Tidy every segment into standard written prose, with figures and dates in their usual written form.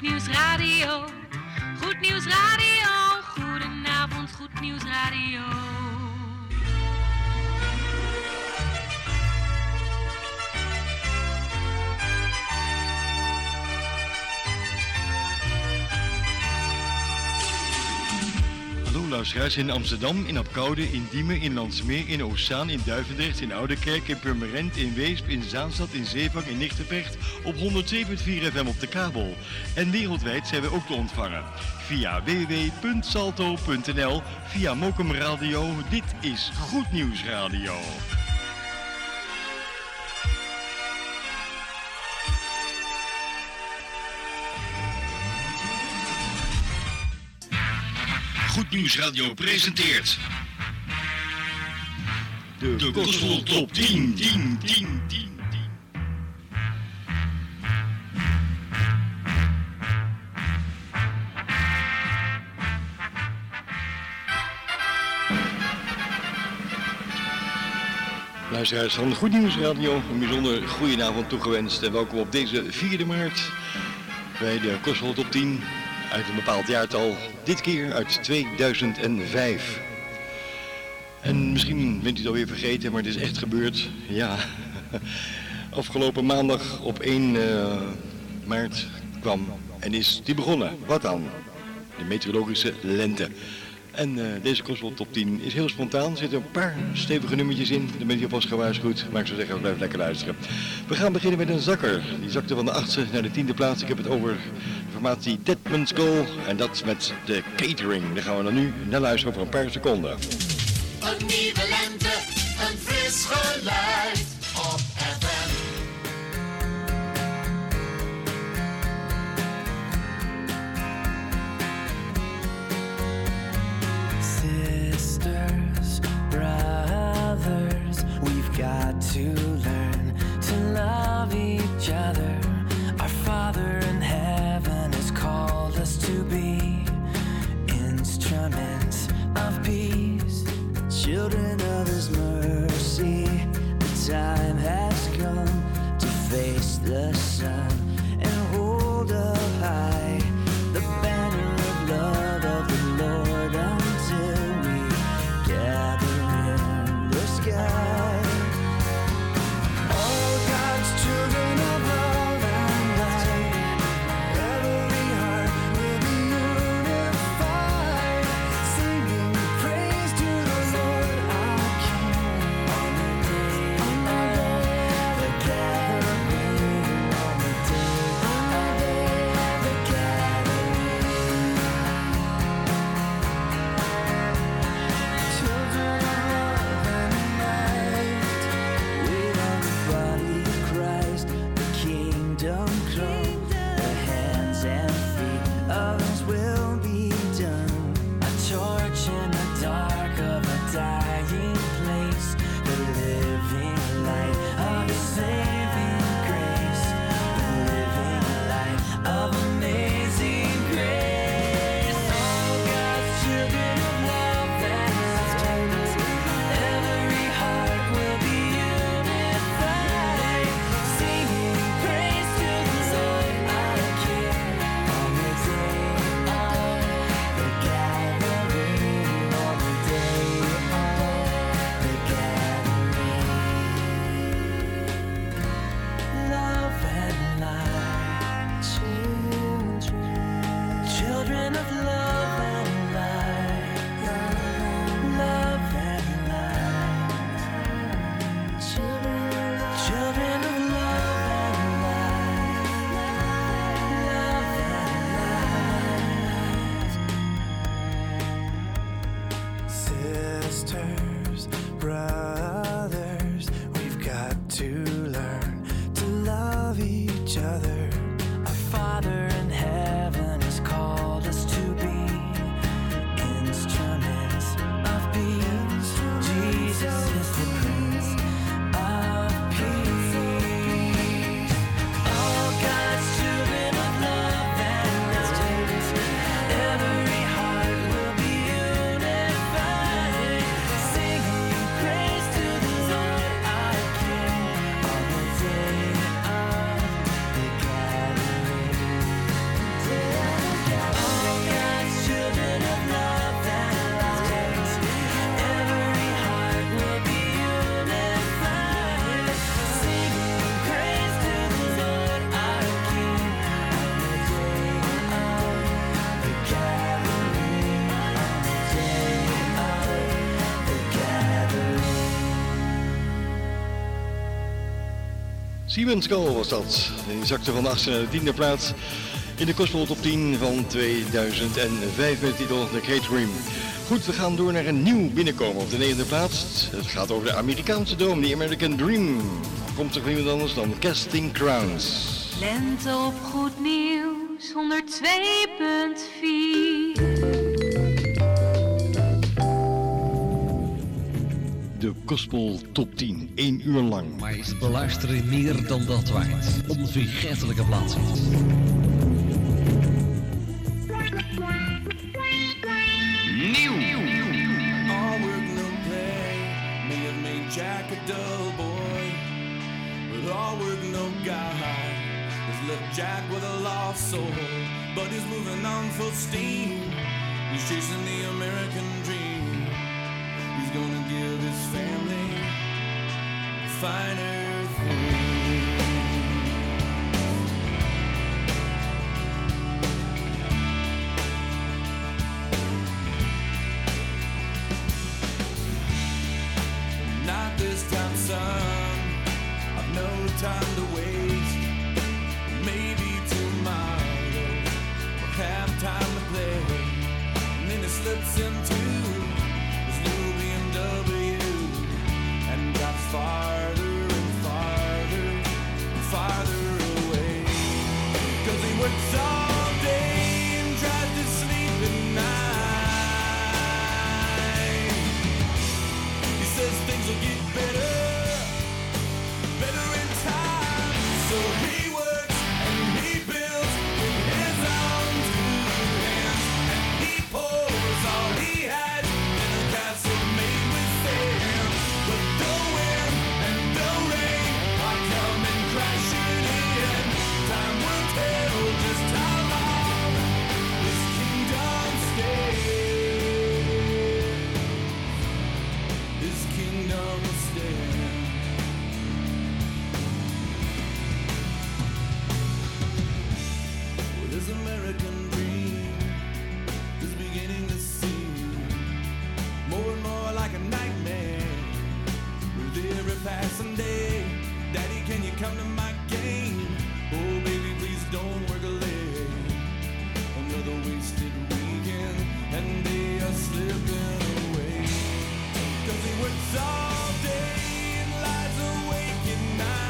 Nieuws Radio. Goed Nieuws Radio. Goedenavond, Goed Nieuws Radio. Hallo luisteraars in Amsterdam, in Apkoude, in Diemen, in Landsmeer, in Oostzaan, in Duivendrecht, in Oudekerk, in Purmerend, in Weesp, in Zaanstad, in Zeevang, in Nichtenvecht op 107.4 FM op de kabel. En wereldwijd zijn we ook te ontvangen via www.salto.nl, via Mokum Radio. Dit is Goed Nieuws Radio. Goed Nieuws Radio presenteert de Gospel Top 10. Luisteraars van Goed Nieuws Radio, een bijzonder goede avond toegewenst en welkom op deze 4e maart bij de Gospel Top 10 uit een bepaald jaartal. Dit keer uit 2005. En misschien bent u het alweer vergeten, maar het is echt gebeurd. Ja, afgelopen maandag op 1 maart kwam en is die begonnen. Wat dan? De meteorologische lente. En deze Gospel Top 10 is heel spontaan. Er zitten een paar stevige nummertjes in. Dan bent u alvast gewaarschuwd. Maar ik zou zeggen, blijf lekker luisteren. We gaan beginnen met een zakker. Die zakte van de 8e naar de 10e plaats. Ik heb het over de formatie Deadman's Goal. En dat met de catering. Daar gaan we dan nu naar luisteren over een paar seconden. Een nieuwe lente, een fris geluid op FM. Sisters, brothers, we've got to learn to love each other. Our Father in heaven has called us to be instruments of peace, children of His mercy. The time has come to face the sun and hold up high the banner of love of the Lord until we gather in the sky. All God's children of love and light, every heart will be unified, singing praise to the Lord our King. On the day of the gathering, on the day of the gathering. Children of love and light, wait on the body of Christ, the kingdom come, the hands and feet of His will be done. A torch in the dark of a dying place, the living light of His saving grace, the living light of amazing grace. All God's children of love and light, every heart will be unified, singing praise to the Lord our King. On the day of the gathering, on the day of the gathering. Love and light, children of love and light, love and light, children of love and light, love and light. Sisters, brothers, we've got to learn to love each other. Our Father in heaven has called us to be instruments of peace. Jesus is the Prince of Peace. All God's children of love and light, every heart will be unified, singing praise to the Lord our King. On the day of the gathering, Siemens Call was dat. Die zakte van de 8e naar de 10e plaats in de Gospel Top 10 van 2005 met de titel The K-Dream. Goed, we gaan door naar een nieuw binnenkomen op de 9e plaats. Het gaat over de Amerikaanse droom, The American Dream. Komt toch niemand anders dan Casting Crowns. Lente op Goed Nieuws 102.4. De Gospel Top 10, 1 uur lang. Maar is het beluisteren meer dan dat waard? Onvergetelijke plaatsen. All work, no play, may have made Jack a dull boy. But all work, no guy has left Jack with a lost soul. But he's moving on full steam, he's chasing the American dream. He's gonna give his family a finer thing. Not this time, son, I've no time to waste. Maybe tomorrow we'll have time to play. And then he slips into his new BMW and drops farther and farther and farther away. 'Cause he works all day and tries to sleep at night. He says things will get better, better in time. So he works and he builds with his own two hands, and he pours all he has in a castle made with sand. But the wind and the rain are coming crashing in. Time will tell just how long his kingdom stays. His kingdom stands. Well, his American dream is beginning to seem more and more like a nightmare. With every passing day, Daddy, can you come to my game? Oh, baby, please don't work late. Another wasted weekend, and they are slipping away. 'Cause he works all day and lies awake at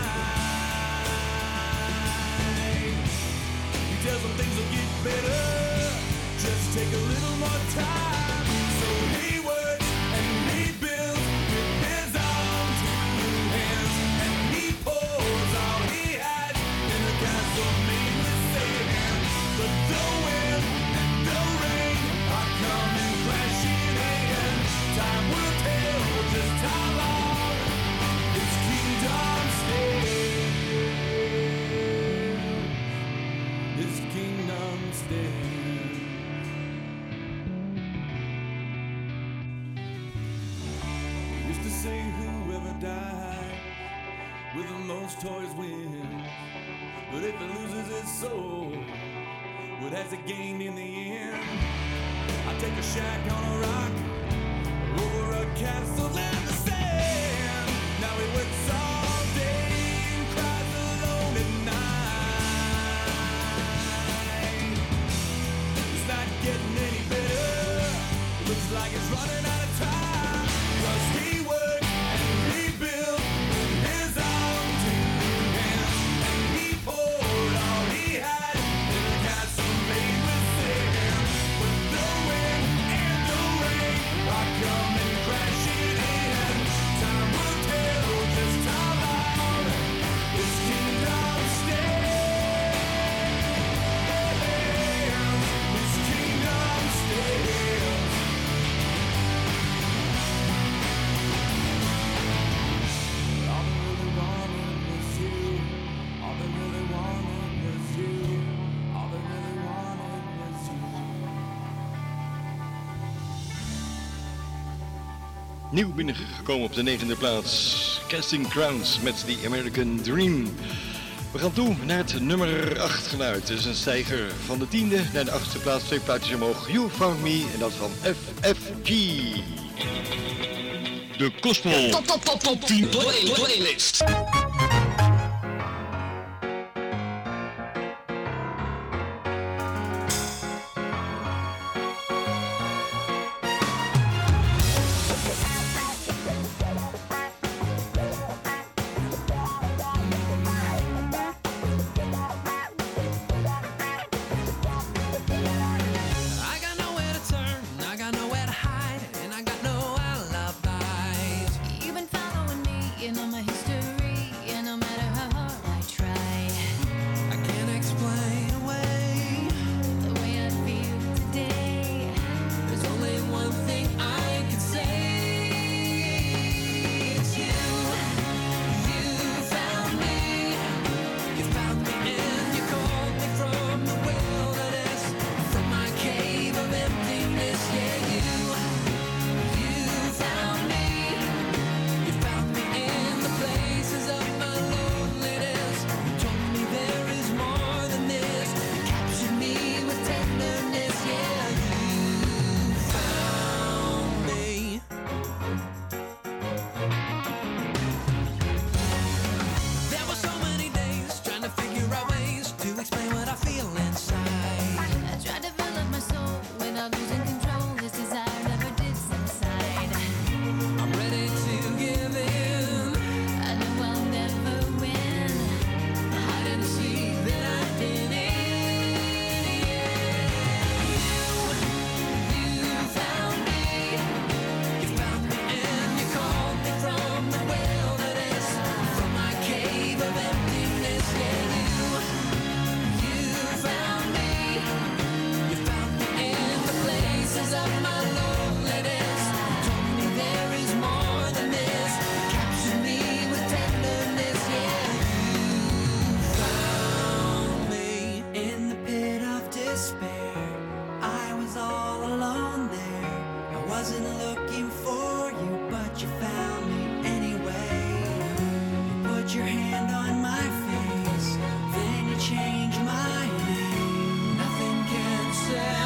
night. He tells them things will get better, just take a little more time. So he works and he builds with his own two hands, and he pours all he has in a castle made with sand. But the wind and the rain are coming crashing in. Time will tell just how long his kingdom stays. His kingdom stays. They used to say whoever died with the most toys wins. But if it loses its soul, what has it gained in the end? I take a shack on a rock over a castle in the sand. Now he works all day and cries alone at night. It's not getting any better. Looks like it's running out of time. 'Cause he works and he builds with his own two hands, and he poured all he had in a castle made with sand. But the wind and the rain are coming crashing in. Time will tell just how long his kingdom stands. His kingdom stands. All they really wanted was you. All they really wanted was you. All they really wanted was you. Nieuw binnengekomen op de 9e plaats. Casting Crowns met The American Dream. We gaan toe naar het nummer 8 geluid. Het is een stijger van de 10e naar de 8e plaats. 2 plaatjes omhoog. You Found Me en dat van FFG. De Gospel Top 10 playlist.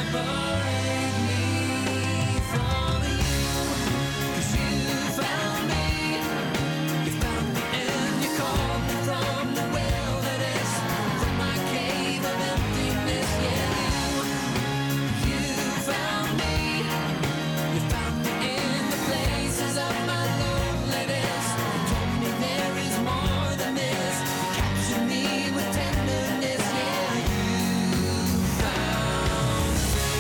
separate me from you. 'Cause you found me and you called me from the wilderness, from my cave of emptiness. Yeah, you found me in the places of my loneliness. You told me there is more than this. You captured me with tenderness. Yeah, you found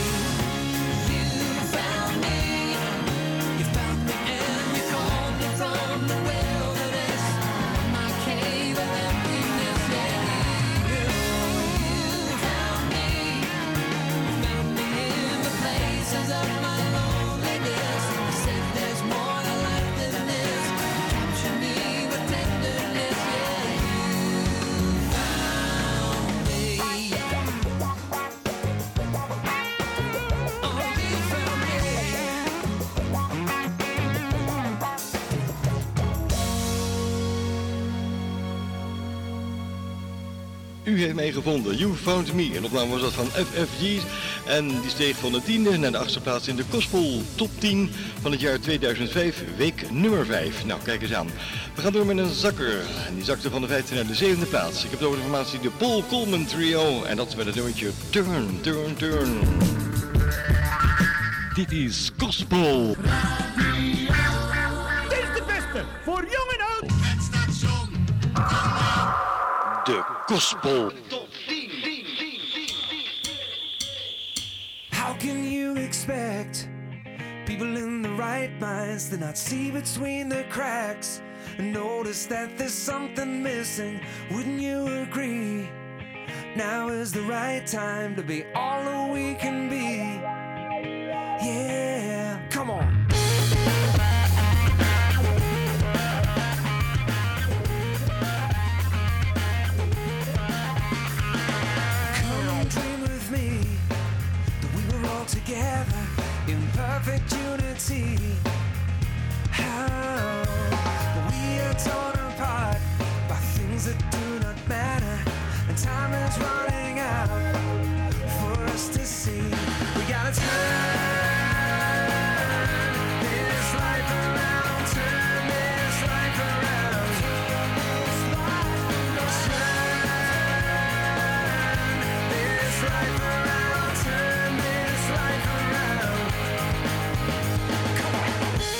me. You found me and you called me from the wilderness, from my cave of emptiness. Yeah, you found me in the places of my loneliness. You said there's more to life than this. You captured me with tenderness. Yeah, you found me. Oh, you found me. U heeft mij gevonden, You Found Me. En opname was dat van FFG. En die steeg van de 10e naar de 8e plaats in de Gospel Top 10 van het jaar 2005, week nummer 5. Nou, kijk eens aan. We gaan door met een zakker. En die zakte van de 5e naar de 7e plaats. Ik heb over de formatie de Paul Coleman Trio. En dat is met het nummertje Turn, Turn, Turn. Dit is Gospel. Dit is de beste, voor jong en oud. Het station. De Gospel. How can you expect people in the right minds to not see between the cracks and notice that there's something missing? Wouldn't you agree? Now is the right time to be all that we can be. Yeah, come on. Come dream with me that we were all together in perfect unity. How we are torn apart by things that do not matter, and time is running out for us to see. We gotta turn this life around, turn this life around. Turn this life around, turn this life around. Come on.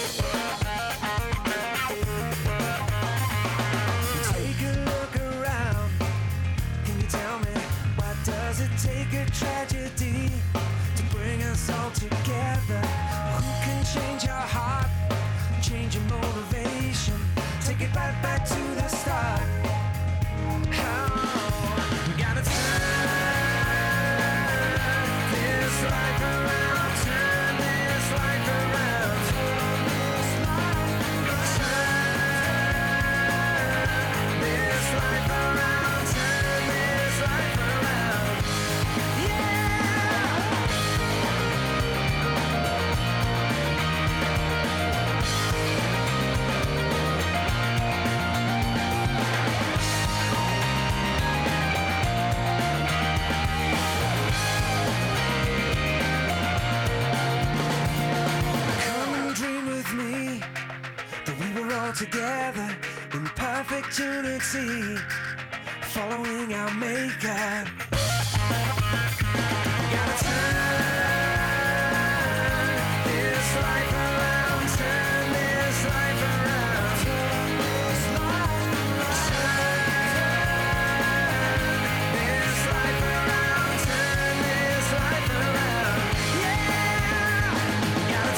Take a look around. Can you tell me, why does it take a tragedy to bring us all together? Who can change your heart, change your motivation, take it right back to the start? How we gotta turn this life around, turn this life around, turn this life around, turn this life around. Yeah. Come and dream with me that we were all together in perfect unity, following our maker. We gotta turn this life around, turn this life around, turn this life around, turn this life around. Yeah, we gotta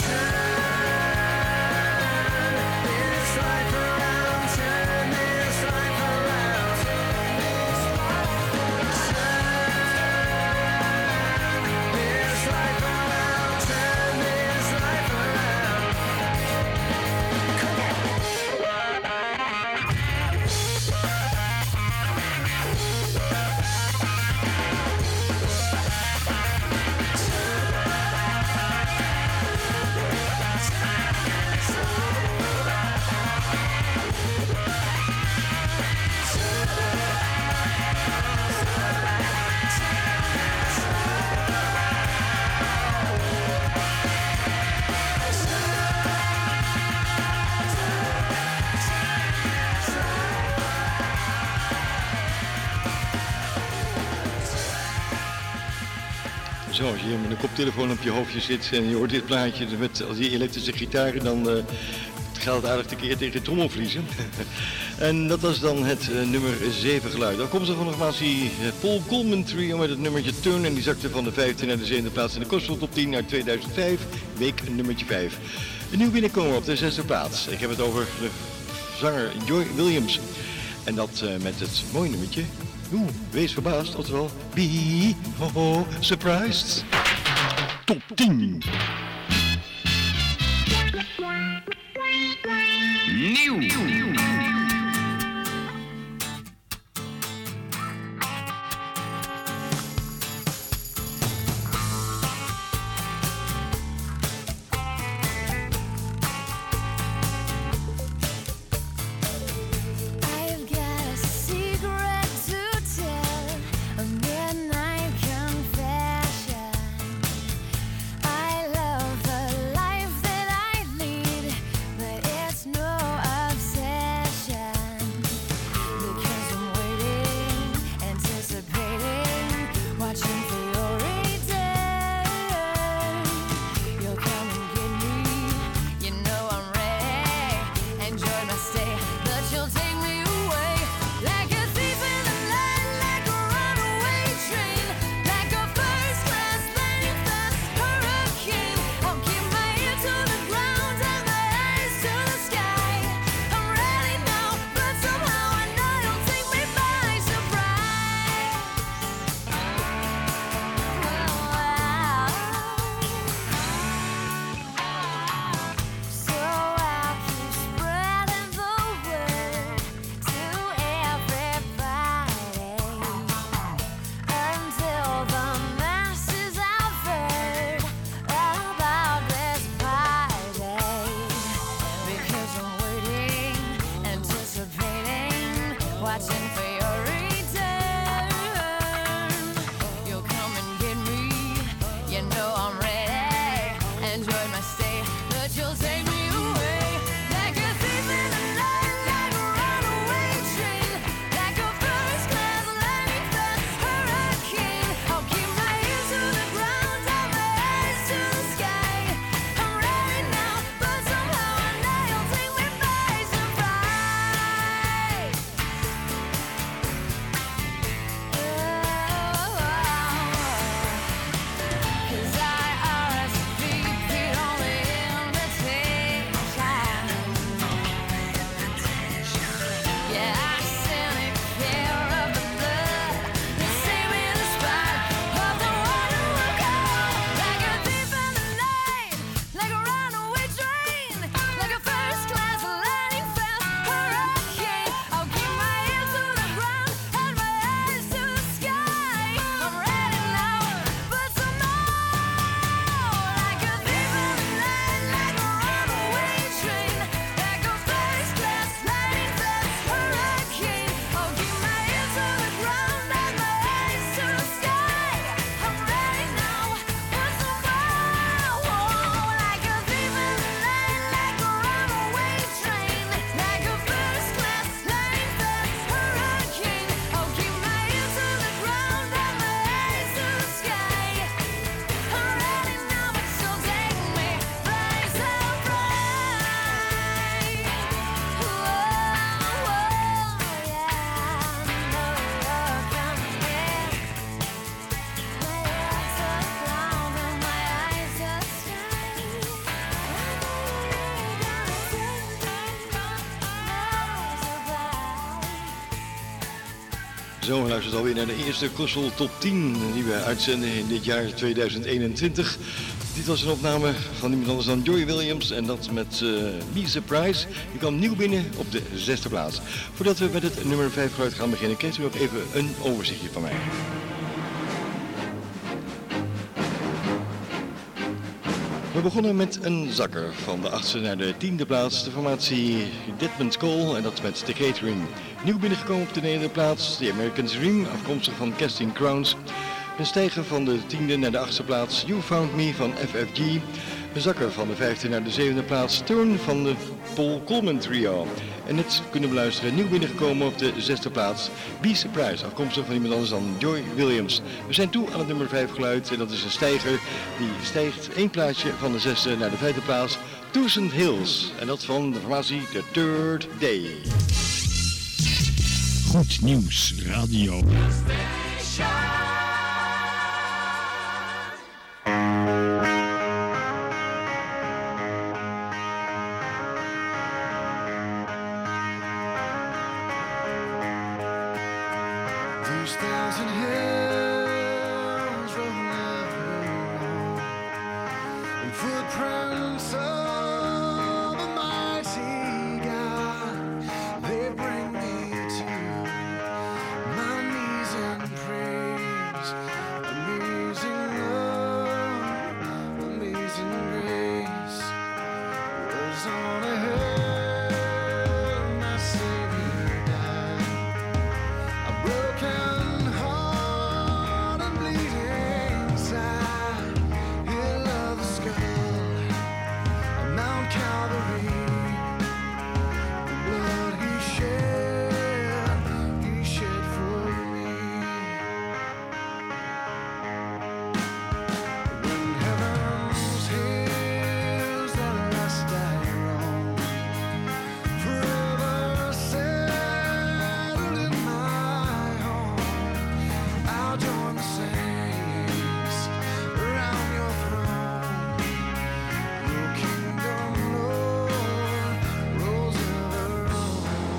turn this life around, turn this life around, turn this life around. Zoals je met een koptelefoon op je hoofdje zit en je hoort dit plaatje met al die elektrische gitaren, dan gaat het aardig tekeer tegen trommelvliezen. En dat was dan het nummer 7 geluid. Dan komt ze van de formatie Paul Coleman Trio met het nummertje Turn. En die zakte van de 15e naar de 7e plaats in de Gospel Top 10 uit 2005, week nummertje 5. Een nieuw binnenkomer op de 6e plaats. Ik heb het over de zanger Joy Williams. En dat met het mooie nummertje. Wees verbaasd, oftewel be surprised. Top 10. Nieuw. Zo, luistert alweer naar de eerste Gospel Top 10 die we uitzenden in dit jaar 2021. Dit was een opname van niemand anders dan Joy Williams en dat met Be Surprised. Die kwam nieuw binnen op de 6e plaats. Voordat we met het nummer 5 geluid gaan beginnen, krijgt u ook even een overzichtje van mij. We begonnen met een zakker van de 8e naar de 10e plaats, de formatie Deadman's Call en dat met The Catering. Nieuw binnengekomen op de 9e plaats, The American Dream, afkomstig van Casting Crowns. Een stijger van de 10e naar de 8e plaats, You Found Me van FFG. Een zakker van de 5e naar de 7e plaats, Turn van de Paul Coleman Trio. En net kunnen we luisteren, nieuw binnengekomen op de 6e plaats, Be Surprised, afkomstig van iemand anders dan Joy Williams. We zijn toe aan het nummer 5 geluid en dat is een stijger die stijgt 1 plaatsje van de 6e naar de 5e plaats, Thousand Hills. En dat van de formatie The Third Day. Goed Nieuws Radio. These thousand hills rolling along, and footprints of a mighty God, they bring me to my knees in praise. Amazing love, amazing grace was on a hill, my Savior died. A broken heart and bleeding side, hill of the skull, on Mount Calvary. The blood he shed for me. When heaven's hills at last I roam, forever settled in my home, I'll join the saints around your throne. Your kingdom, Lord, rolls ever on.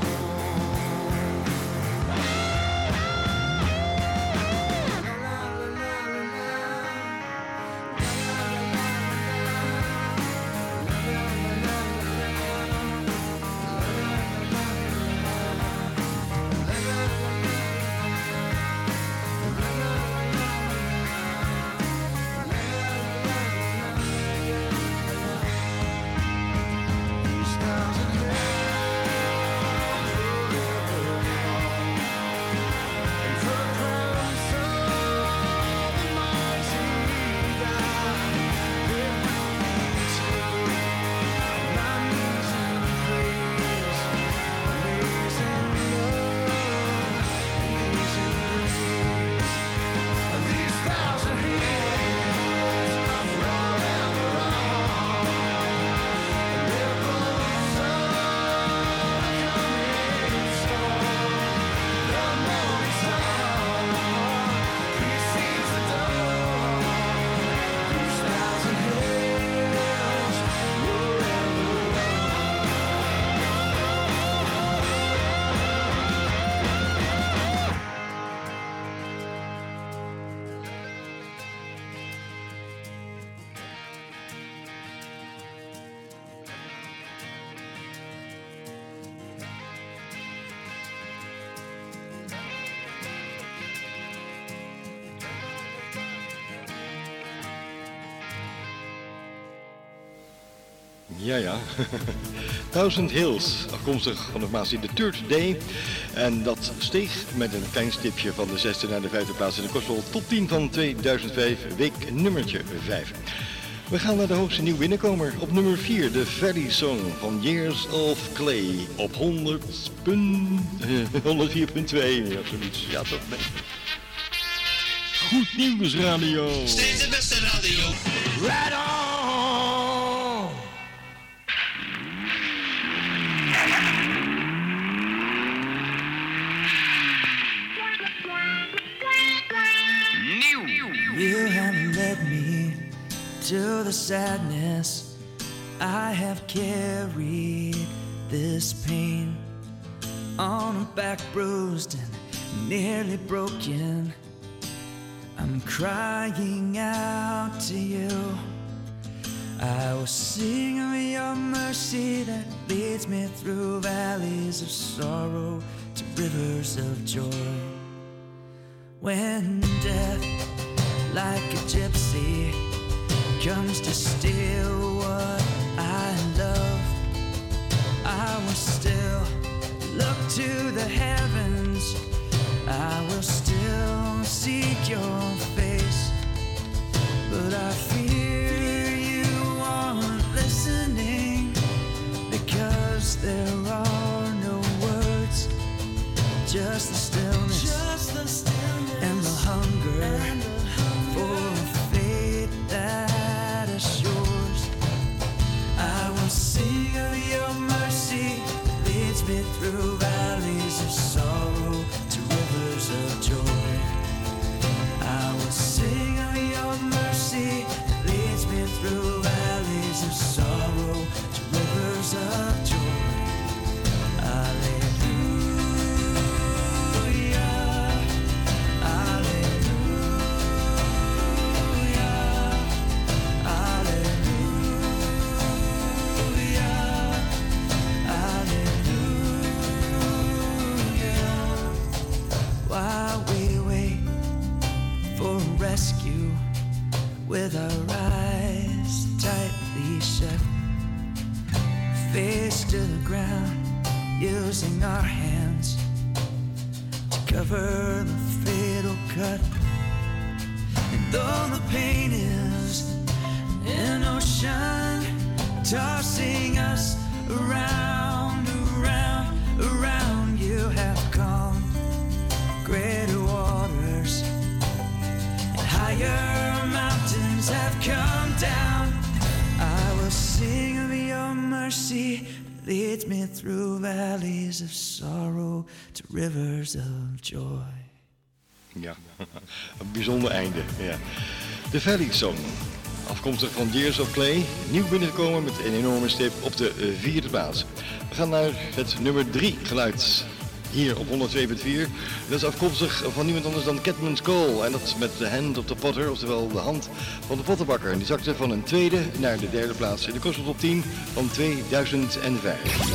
These thousand and footprints of the mighty God, they bring me to my knees in praise. Amazing love, amazing grace. These thousand hills are rolling around, and ripples of the coming storm. The morning sun precedes the dawn. These thousand hills forever. Ja. Thousand Hills, afkomstig van de formatie The Third Day. En dat steeg met een klein stipje van de 6e naar de 5e plaats in de Gospel Top 10 van 2005, week nummertje 5. We gaan naar de hoogste nieuw binnenkomer. Op nummer 4, de Valley Song van Years of Clay. Op 100.4.2, of zoiets. Ja, toch? Nee. Goed Nieuws Radio. Steeds de beste radio. Right on! You have led me to the sadness. I have carried this pain on a back bruised and nearly broken. I'm crying out to you. I will sing of your mercy that leads me through valleys of sorrow to rivers of joy. When death, like a gypsy, comes to steal what I love, I will still look to the heavens. I will still seek your face, but I fear you aren't listening, because rescue with our eyes tightly shut, face to the ground, using our hands to cover the fatal cut. And though the pain is an ocean tossing us around, around, around, you have come greater waters and higher mountains have come down. I will sing of your mercy, leads me through valleys of sorrow to rivers of joy. Ja, een bijzonder einde. Ja. The Valley Song, afkomstig van Tears of Clay, nieuw binnengekomen met een enorme stip op de 4e plaats. We gaan naar het nummer 3 geluid, hier op 102.4. Dat is afkomstig van niemand anders dan Catman's Call. En dat met The Hand of the Potter, oftewel de hand van de pottenbakker. En die zakte van een 2e naar de 3e plaats in de Gospel Top 10 van 2005.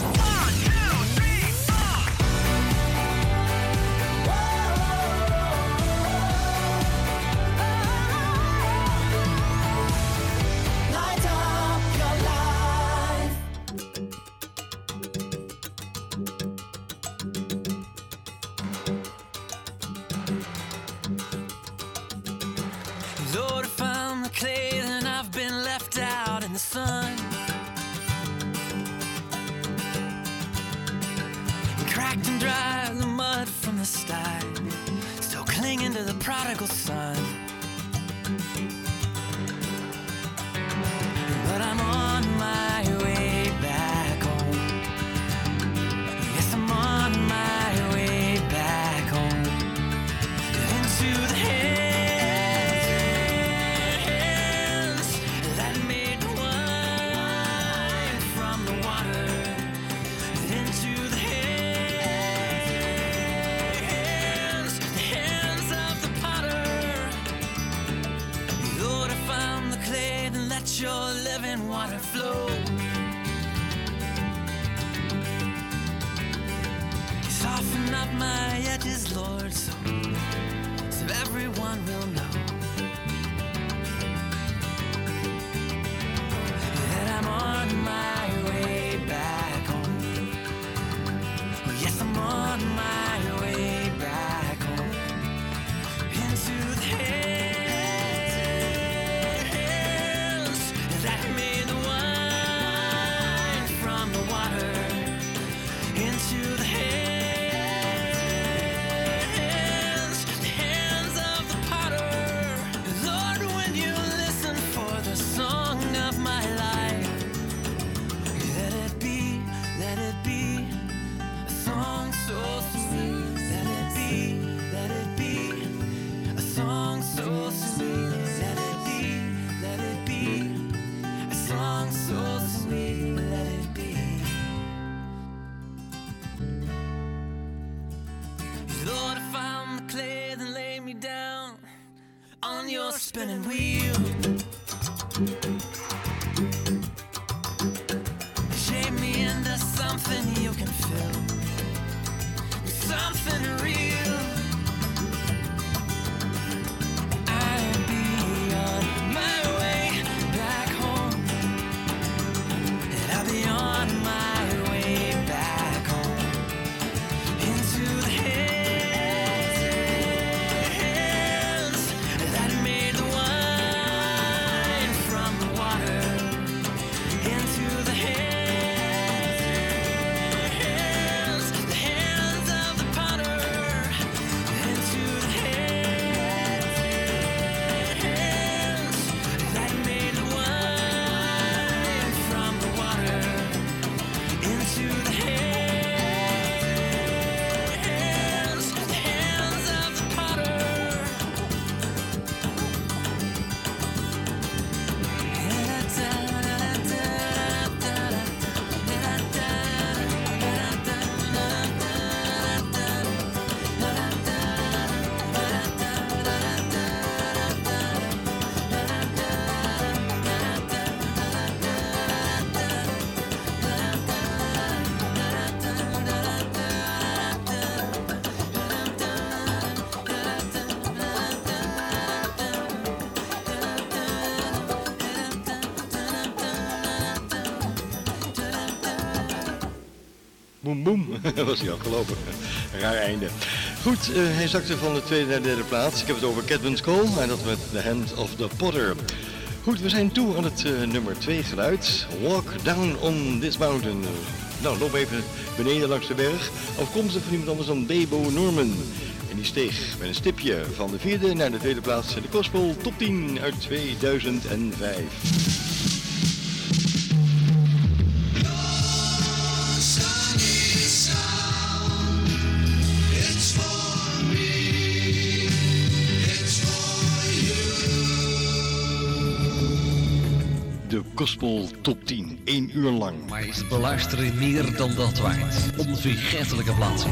Spinning wheel, shape me into something you can feel, something real. I'll be on my way back home, and I'll be on my way back home into the hills. The hands of the potter. Boem, boem. Was hij afgelopen. Raar einde. Goed, hij zakte van de tweede naar de derde plaats. Ik heb het over Cadman's Call en dat met The Hand of the Potter. Goed, we zijn toe aan het nummer 2 geluid. Walk Down on This Mountain. Nou, loop even beneden langs de berg. Afkomstig van iemand anders dan Bebo Norman. En die steeg met een stipje van de vierde naar de tweede plaats in de Gospel Top 10 uit 2005. De Gospel Top 10, 1 uur lang. Maar is het beluisteren meer dan dat waard? Onvergetelijke plaatsen.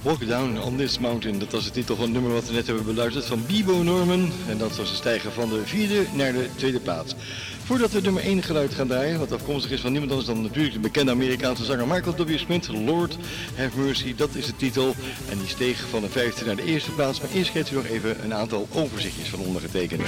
Walk Down on This Mountain, dat was de titel van het nummer wat we net hebben beluisterd van Bebo Norman. En dat was een stijger van de 4e naar de 2e plaats. Voordat we nummer 1 geluid gaan draaien, wat afkomstig is van niemand anders dan natuurlijk de bekende Amerikaanse zanger Michael W. Smith, Lord Have Mercy, dat is de titel. En die steeg van de 5e naar de 1e plaats. Maar eerst geeft u nog even een aantal overzichtjes van ondergetekende.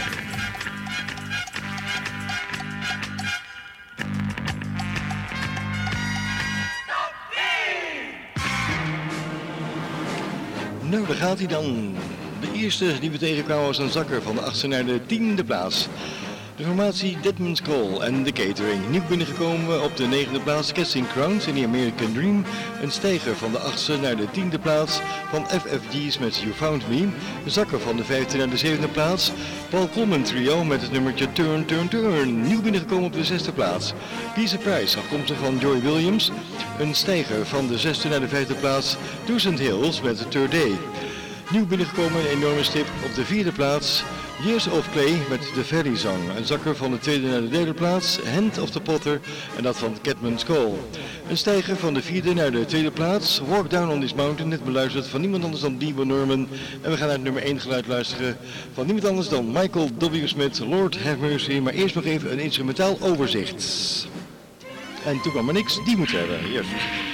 Nou, daar gaat hij dan. De eerste die we tegenkwamen was een zakker van de 8e naar de 10e plaats. De formatie Deadman's Call en The Catering. Nieuw binnengekomen op de 9e plaats Casting Crowns in The American Dream. Een stijger van de 8e naar de 10e plaats van FFG's met You Found Me. Een zakker van de 5e naar de 7e plaats. Paul Coleman Trio met het nummertje Turn, Turn, Turn. Nieuw binnengekomen op de 6e plaats. Peace Price, afkomstig van Joy Williams. Een stijger van de 6e naar de 5e plaats. Thousand Hills met The Third Day. Nieuw binnengekomen een enorme stip op de 4e plaats. Years of Clay met de Ferry Song. Een zakker van de 2e naar de 3e plaats. Hand of the Potter en dat van Catman's Call. Een stijger van de 4e naar de 2e plaats. Walk Down on This Mountain, net beluisterd van niemand anders dan Bebo Norman. En we gaan naar het nummer 1 geluid luisteren van niemand anders dan Michael W. Smith, Lord Have Mercy. Maar eerst nog even een instrumentaal overzicht. En toen kwam er niks, die moet hebben. Yes.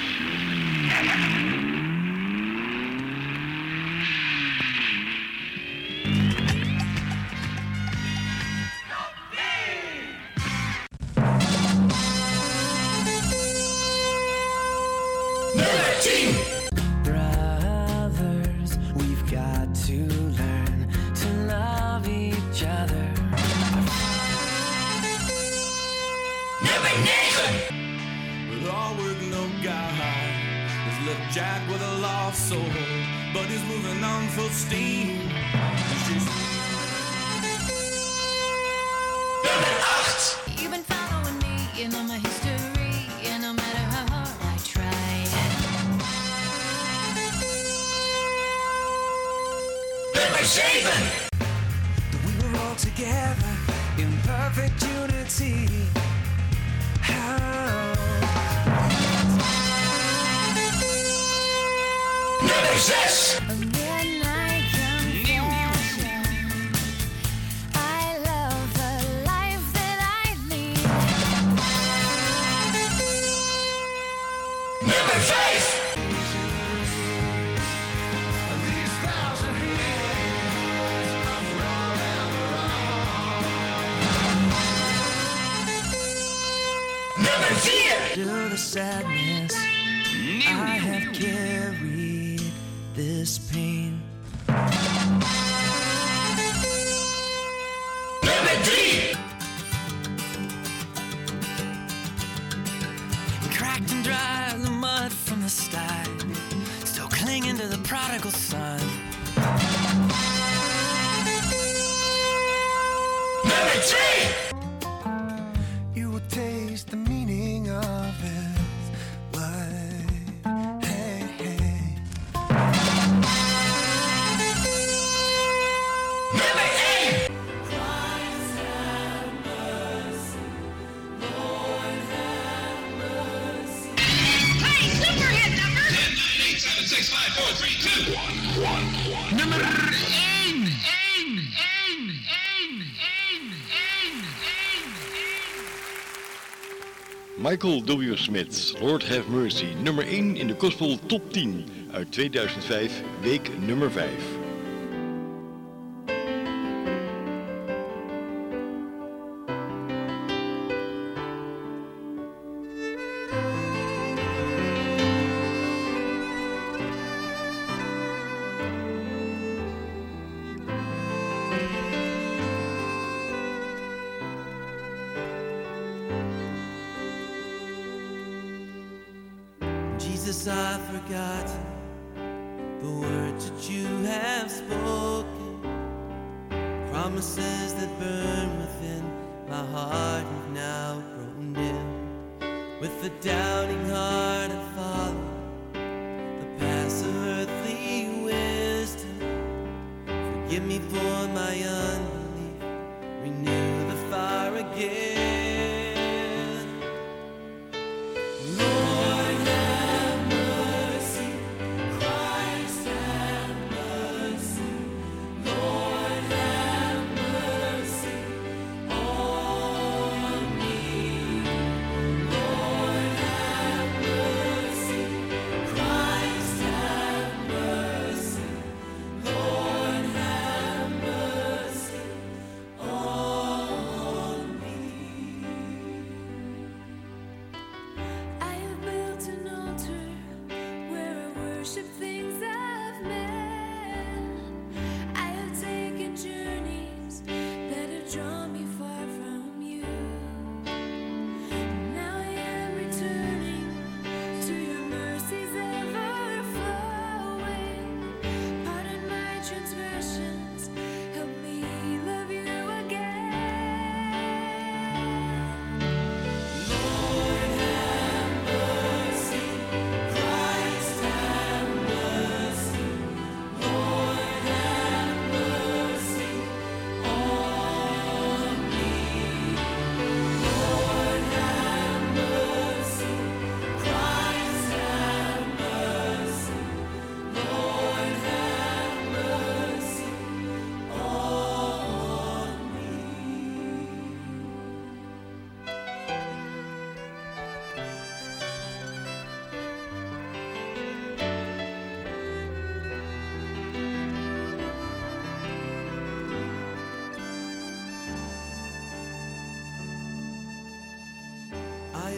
Brothers, we've got to learn to love each other. Nummer 9. With all work, no God. There's left Jack with a lost soul, but he's moving on full steam. Nummer 8. You've been following me, you know my history, and no matter how hard I try. Nummer 7. We were all together in perfect unity. Nummer 6. A midnight confession. I love the life that I lead. Nummer 5. Nummer 4. To the sadness, I have carried this pain. Nummer 3. Cracked and dry in the mud from the start, still clinging to the prodigal son. Nummer 2. You will taste the meaning of this life. Hey, hey. Nummer 1. Hey, super hit number! 10, 9, 8, 7, 6, 5, 4, 3, 2, 1. Nummer 1! Michael W. Smith, Lord Have Mercy, nummer 1 in de Gospel Top 10 uit 2005, week nummer 5. Jesus, I've forgotten the words that you have spoken, promises that burn within my heart have now grown dim. With the doubting heart I follow the paths of earthly wisdom. Forgive me for my unbelief, renew the fire again. Lord, have mercy, Christ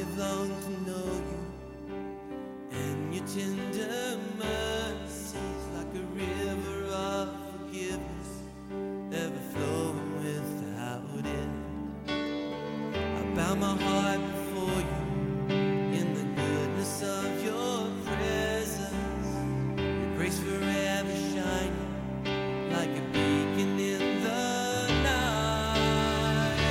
live long to know you, and your tender mercies like a river of forgiveness, ever flowing without end. I bow my heart before you in the goodness of your presence, your grace forever shining like a beacon in the night.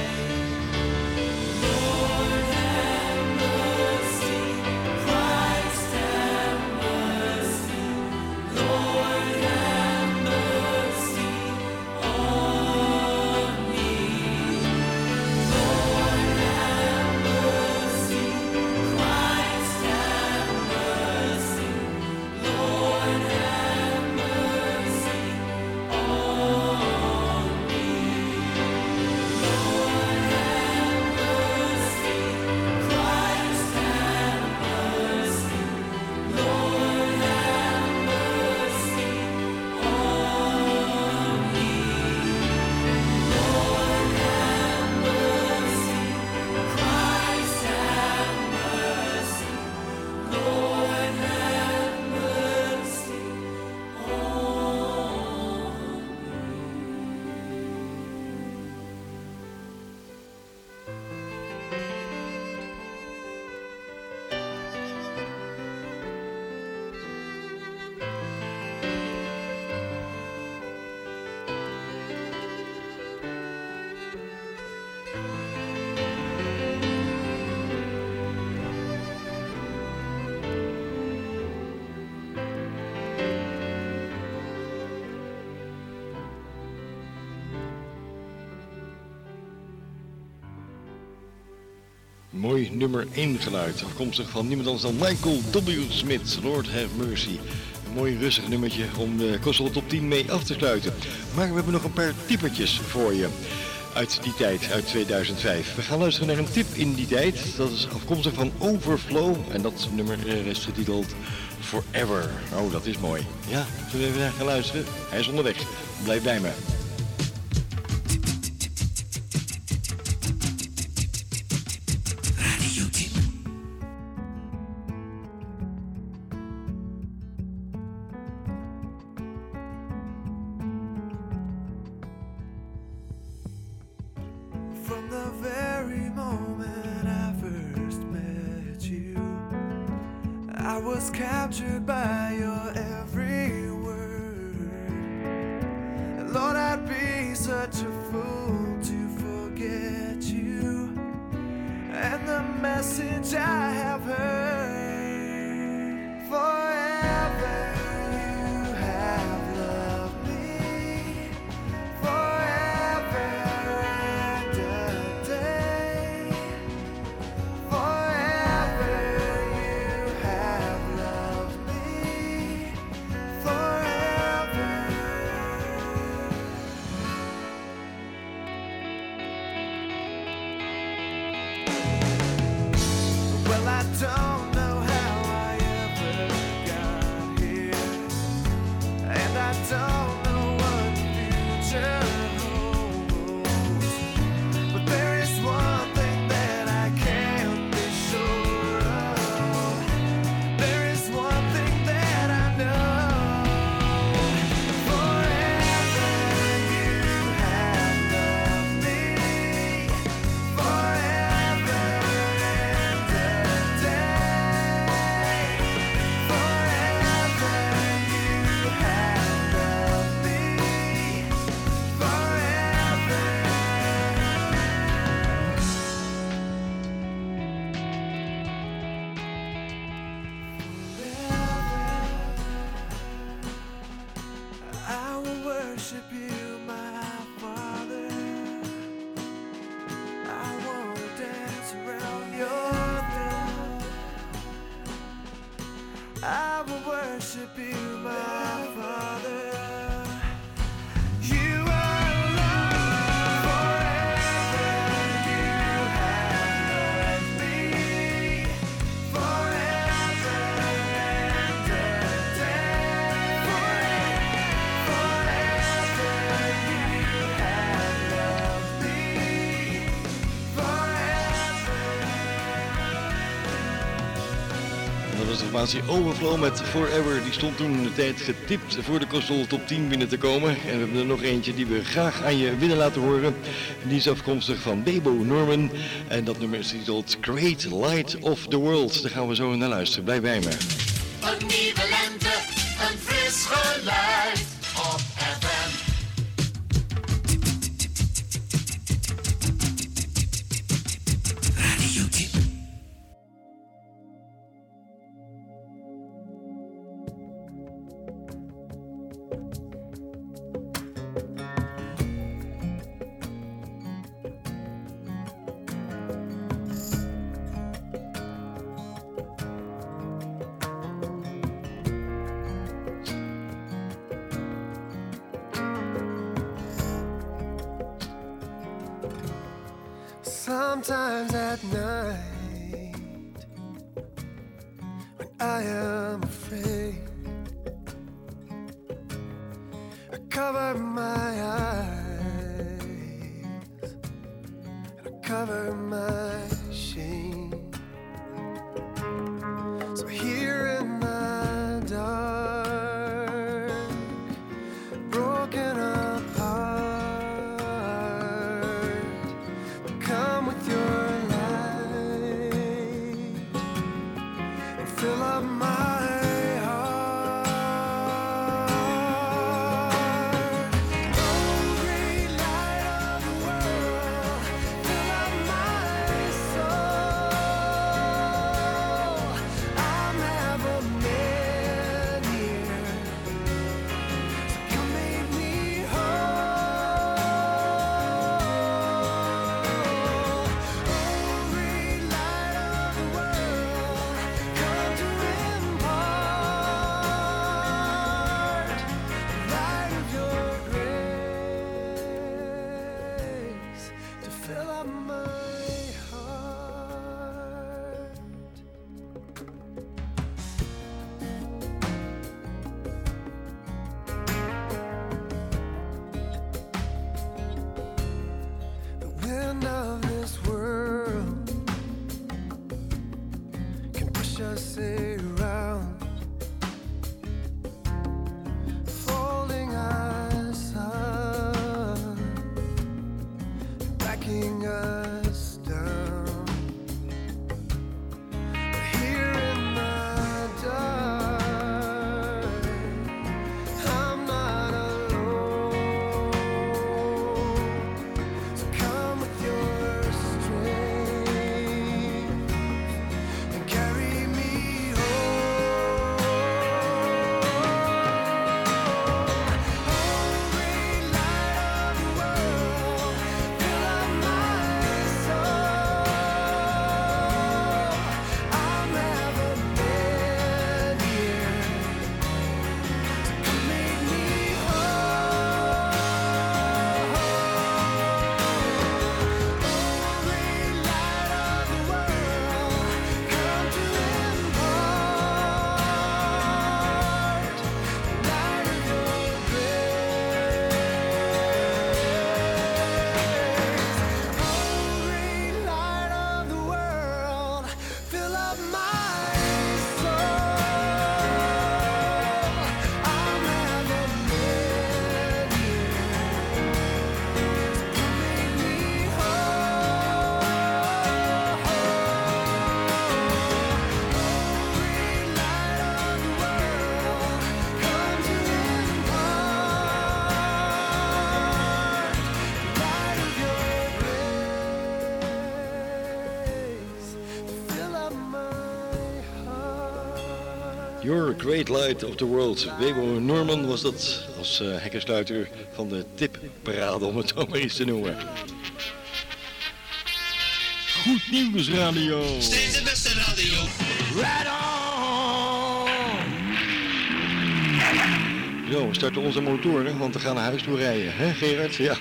Lord, have mercy. Christ, have mercy. Lord, have mercy on me. Lord, have mercy. Christ, have mercy. Lord, have mercy on me. Lord, have mercy. Christ, have mercy. Lord, have mercy on me. Lord, have mercy. Christ, have mercy. Lord, have mercy Mooi nummer 1 geluid, afkomstig van niemand anders dan Michael W. Smith, Lord Have Mercy. Een mooi rustig nummertje om de Kosovo Top 10 mee af te sluiten. Maar we hebben nog een paar tippertjes voor je uit die tijd, uit 2005. We gaan luisteren naar een tip in die tijd, dat is afkomstig van Overflow en dat nummer is getiteld Forever. Oh, dat is mooi. Ja, zullen we even naar gaan luisteren? Hij is onderweg. Blijf bij me. From the very moment I first met you, I was captured by your every word. And Lord, I'd be such a fool to forget you and the message I have heard. Forever you have loved me. Forever and a day. Forever you have loved me. Forever. Well, I don't know how I ever got here, and I don't know what the future holds. But there is one thing that I can be sure of. There is one thing that I know. Forever you have loved me. Forever and a day. Forever you have loved me. Forever. I will worship you, my Father. I want to dance around your throne. I will worship you, my Father. You alone. Forever you have loved me. Forever and a day. Forever you have loved me. Forever. was de formatie Overflow met Forever. Die stond toen de tijd getipt voor de Kostel Top 10 binnen te komen. En we hebben er nog eentje die we graag aan je willen laten horen. Die is afkomstig van Bebo Norman. En dat nummer is getiteld Great Light of the World. Daar gaan we zo naar luisteren. Blijf bij me. Een nieuwe lente, een fris geluid op FM. Radio Tip. Sometimes at night, when I am afraid, I cover my eyes and I cover my shame. So here in the dark, broken apart, come with your light and fill up my heart. Oh, great light of the world, fill up my soul. I'm never man here, so come make me whole. Great light of the world, come to impart the light of your grace to fill up my heart. The wind of this world can push us around, folding us up, backing us down. But here in the dark, I'm not alone. So come with your strength and carry me home. Oh, great light of the world, fill up my soul. I'll never been here, so come make me whole. Great light of the world, come to impart the light of your grace. Great light of the world, fill up my soul. I'll never been here, so come make me whole. Great light of the world, come to impart the light of your grace to fill up my heart. Your Great Light of the World. Bebo Norman was dat als hekkensluiter van de tipparade, om het zo maar eens te noemen. Goed Nieuws Radio. Steeds de beste radio. Right on! Zo, we starten onze motoren, want we gaan naar huis toe rijden. Hè Gerard? Ja.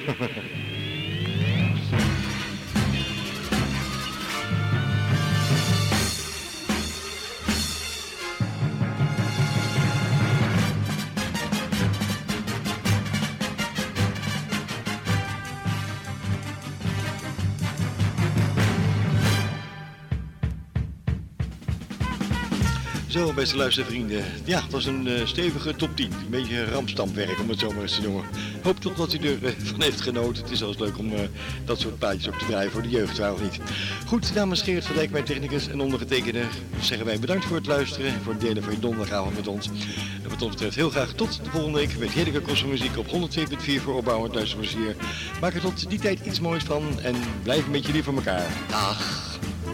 Zo, beste luistervrienden. Ja, het was een stevige top 10. Een beetje rampstampwerk, om het zo maar eens te noemen. Hoop toch dat u ervan heeft genoten. Het is wel eens leuk om dat soort plaatjes op te draaien voor de jeugd, waar of niet. Goed, namens Gerrit van Dijk, mijn technicus en ondergetekende, zeggen wij bedankt voor het luisteren. Voor het delen van je donderdagavond met ons. En wat ons betreft heel graag tot de volgende week met heerlijke kosmomuziek op 102.4 voor opbouwend luisterplezier. Maak er tot die tijd iets moois van en blijf een beetje lief voor elkaar. Dag!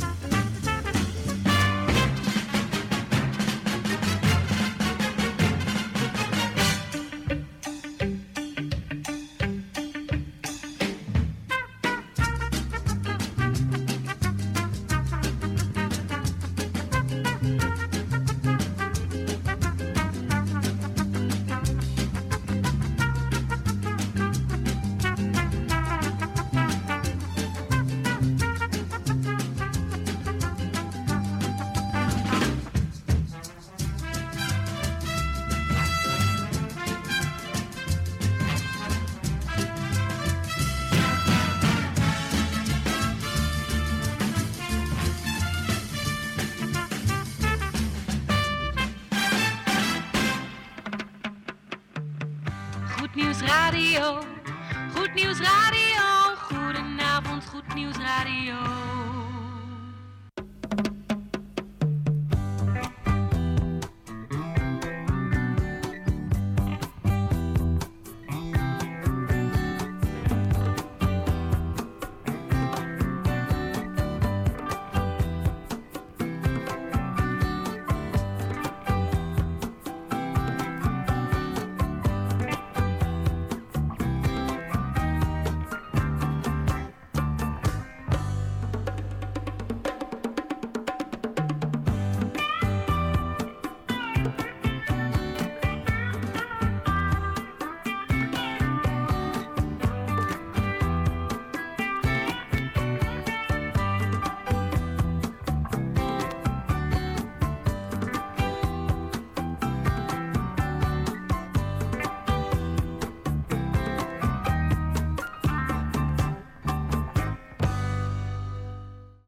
Goed Nieuws Radio, Goed Nieuws Radio, goedenavond Goed Nieuws Radio.